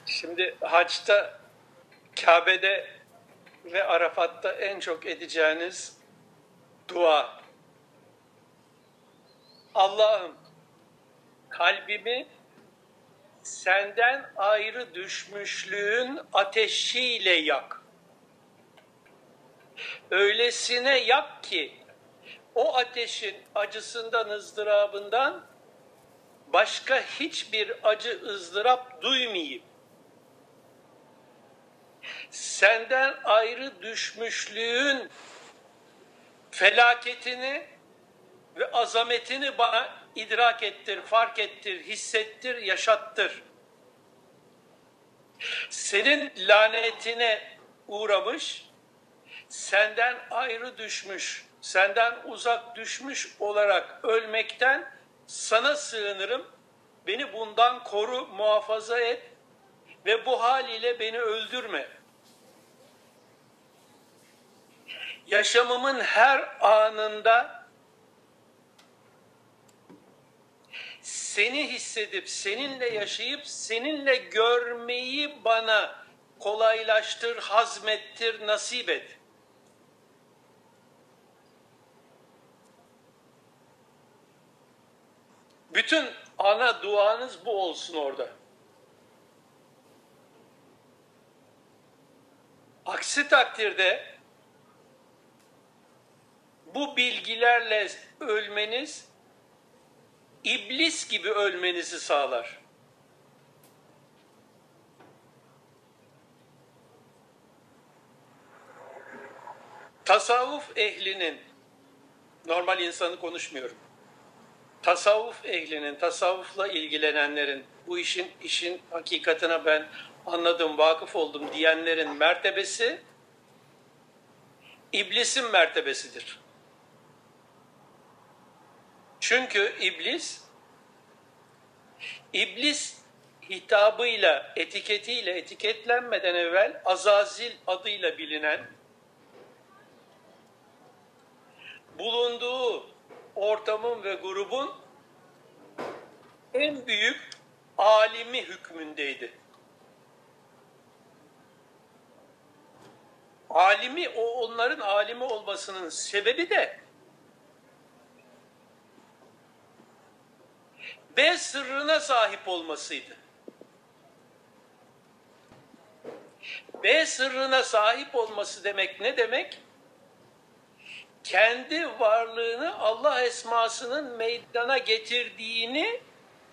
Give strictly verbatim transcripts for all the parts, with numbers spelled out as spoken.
Şimdi haçta, Kabe'de ve Arafat'ta en çok edeceğiniz dua. Allah'ım, kalbimi senden ayrı düşmüşlüğün ateşiyle yak. Öylesine yak ki o ateşin acısından, ızdırabından başka hiçbir acı, ızdırap duymayayım. Senden ayrı düşmüşlüğün felaketini ve azametini bana idrak ettir, fark ettir, hissettir, yaşattır. Senin lanetine uğramış, senden ayrı düşmüş, senden uzak düşmüş olarak ölmekten sana sığınırım. Beni bundan koru, muhafaza et ve bu haliyle beni öldürme. Yaşamımın her anında seni hissedip, seninle yaşayıp, seninle görmeyi bana kolaylaştır, hazmettir, nasip et. Bütün ana duanız bu olsun orada. Aksi takdirde bu bilgilerle ölmeniz, iblis gibi ölmenizi sağlar. Tasavvuf ehlinin, normal insanı konuşmuyorum, tasavvuf ehlinin, tasavvufla ilgilenenlerin, bu işin işin hakikatine ben anladım, vakıf oldum diyenlerin mertebesi, iblisin mertebesidir. Çünkü iblis, iblis hitabıyla, etiketiyle, etiketlenmeden evvel Azazil adıyla bilinen, bulunduğu ortamın ve grubun en büyük alimi hükmündeydi. Alimi, o onların alimi olmasının sebebi de B sırrına sahip olmasıydı. B sırrına sahip olması demek ne demek? Kendi varlığını Allah esmasının meydana getirdiğini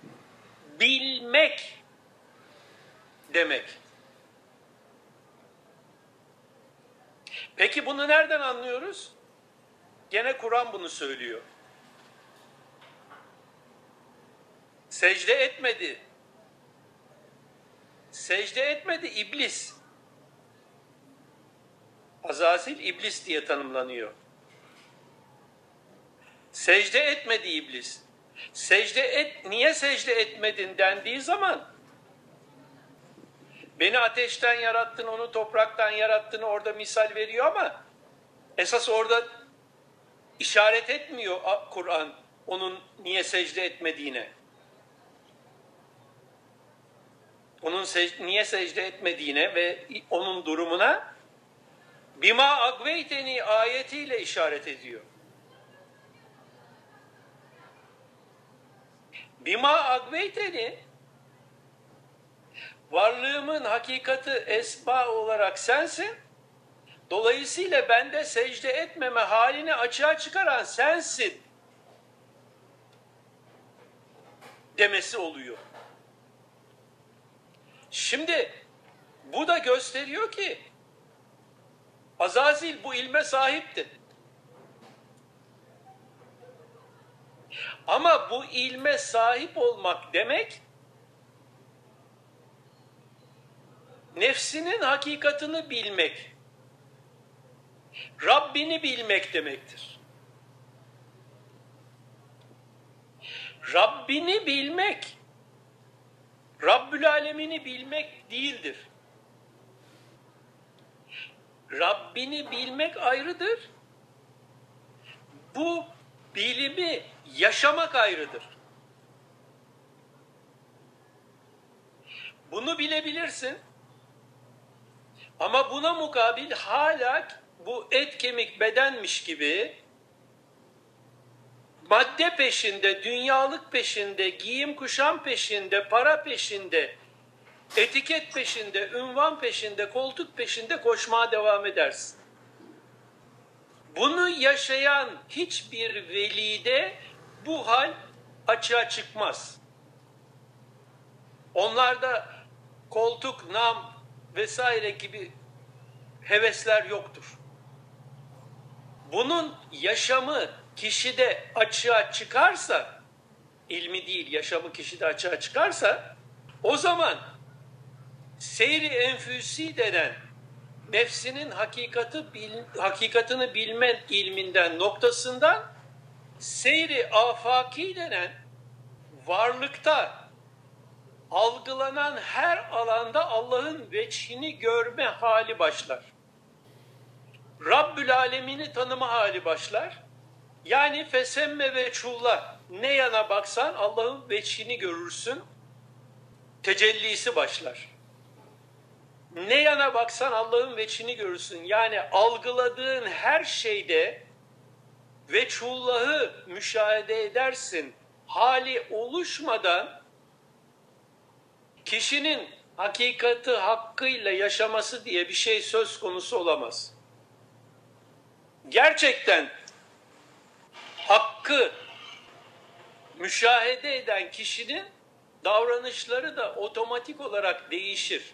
bilmek demek. Peki bunu nereden anlıyoruz? Gene Kur'an bunu söylüyor. Secde etmedi. Secde etmedi iblis. Azazil iblis diye tanımlanıyor. Secde etmedi iblis. Secde et, niye secde etmedin dendiği zaman beni ateşten yarattın, onu topraktan yarattın orada misal veriyor ama esas orada işaret etmiyor Kur'an onun niye secde etmediğine. Onun sec- niye secde etmediğine ve onun durumuna bima agveyteni ayetiyle işaret ediyor. Bima agveyteni, varlığımın hakikati esma olarak sensin, dolayısıyla bende secde etmeme halini açığa çıkaran sensin demesi oluyor. Şimdi bu da gösteriyor ki Azazil bu ilme sahipti. Ama bu ilme sahip olmak demek, nefsinin hakikatını bilmek, Rabbini bilmek demektir. Rabbini bilmek, Rabbül Alemini bilmek değildir. Rabbini bilmek ayrıdır. Bu bilimi yaşamak ayrıdır. Bunu bilebilirsin. Ama buna mukabil hala bu et kemik bedenmiş gibi madde peşinde, dünyalık peşinde, giyim kuşam peşinde, para peşinde, etiket peşinde, ünvan peşinde, koltuk peşinde koşmaya devam edersin. Bunu yaşayan hiçbir velide bu hal açığa çıkmaz. Onlarda koltuk, nam vesaire gibi hevesler yoktur. Bunun yaşamı kişide açığa çıkarsa, ilmi değil yaşamı kişide açığa çıkarsa, o zaman seyri enfüsi denen nefsinin hakikati bil, hakikatını bilme ilminden, noktasından seyri afaki denen varlıkta algılanan her alanda Allah'ın veçhini görme hali başlar. Rabbül Alemin'i tanıma hali başlar. Yani fesemme ve çulla, ne yana baksan Allah'ın veçhini görürsün, tecellisi başlar. Ne yana baksan Allah'ın veçhini görürsün. Yani algıladığın her şeyde veçhullahı müşahede edersin. Hali oluşmadan kişinin hakikati hakkıyla yaşaması diye bir şey söz konusu olamaz. Gerçekten hakkı müşahede eden kişinin davranışları da otomatik olarak değişir.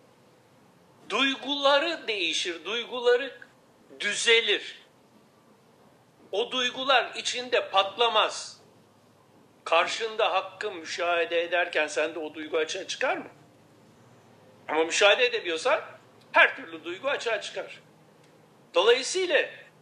Duyguları değişir, duyguları düzelir. O duygular içinde patlamaz. Karşında hakkı müşahede ederken sende o duygu açığa çıkar mı? Ama müşahede edemiyorsan her türlü duygu açığa çıkar. Dolayısıyla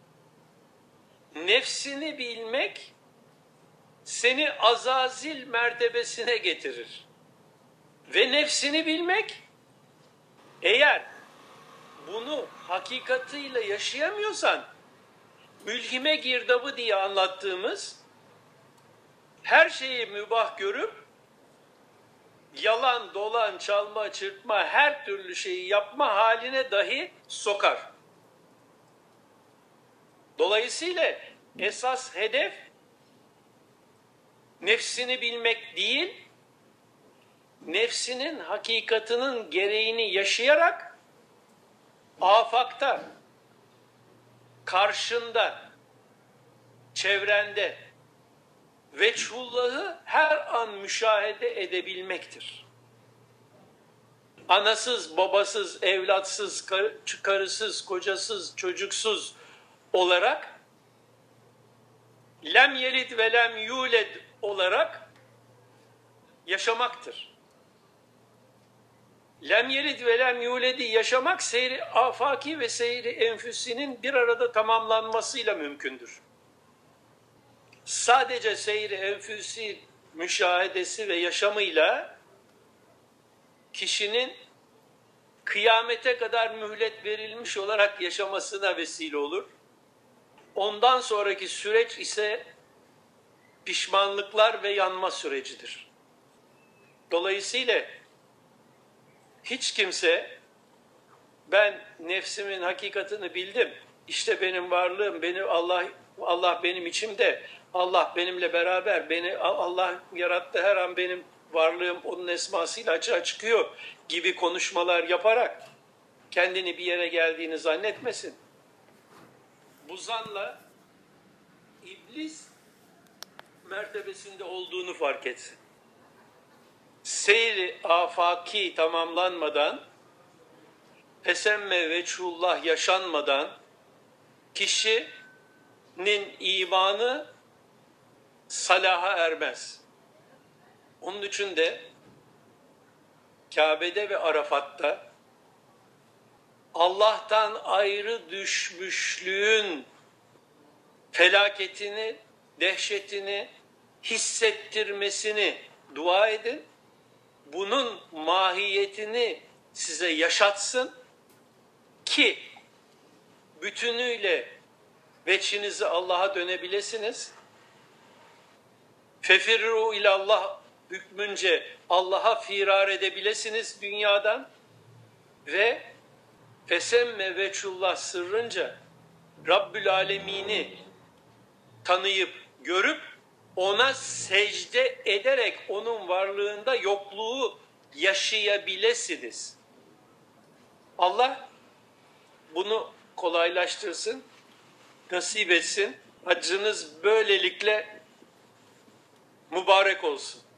nefsini bilmek seni azazil mertebesine getirir. Ve nefsini bilmek, eğer bunu hakikatiyle yaşayamıyorsan, mülhime girdabı diye anlattığımız her şeyi mübah görüp yalan, dolan, çalma, çırpma, her türlü şeyi yapma haline dahi sokar. Dolayısıyla esas hedef nefsini bilmek değil, nefsinin hakikatinin gereğini yaşayarak afakta, karşında, çevrende veçhullahı her an müşahede edebilmektir. Anasız, babasız, evlatsız, karısız, kocasız, çocuksuz olarak, lem yelid ve lem yuled olarak yaşamaktır. Lem yelid ve lem yuled'i yaşamak seyri afaki ve seyri enfüsinin bir arada tamamlanmasıyla mümkündür. Sadece seyri enfüsi müşahedesi ve yaşamıyla kişinin kıyamete kadar mühlet verilmiş olarak yaşamasına vesile olur. Ondan sonraki süreç ise pişmanlıklar ve yanma sürecidir. Dolayısıyla hiç kimse ben nefsimin hakikatini bildim, işte benim varlığım, beni Allah Allah benim içimde, Allah benimle beraber, beni Allah yarattı, her an benim varlığım onun esmasıyla açığa çıkıyor gibi konuşmalar yaparak kendini bir yere geldiğini zannetmesin. Bu zanla iblis mertebesinde olduğunu fark etsin. Seyri afaki tamamlanmadan, pesemme veçhullah yaşanmadan kişinin imanı salaha ermez. Onun için de Kabe'de ve Arafat'ta Allah'tan ayrı düşmüşlüğün felaketini, dehşetini hissettirmesini dua edin. Bunun mahiyetini size yaşatsın ki bütünüyle veçhinizi Allah'a dönebilesiniz. Fefirru ilallah hükmünce Allah'a firar edebilesiniz dünyadan ve fesemme veçullah sırrınca Rabbül Alemin'i tanıyıp, görüp ona secde ederek onun varlığında yokluğu yaşayabilesiniz. Allah bunu kolaylaştırsın, nasip etsin. Haccınız böylelikle mübarek olsun.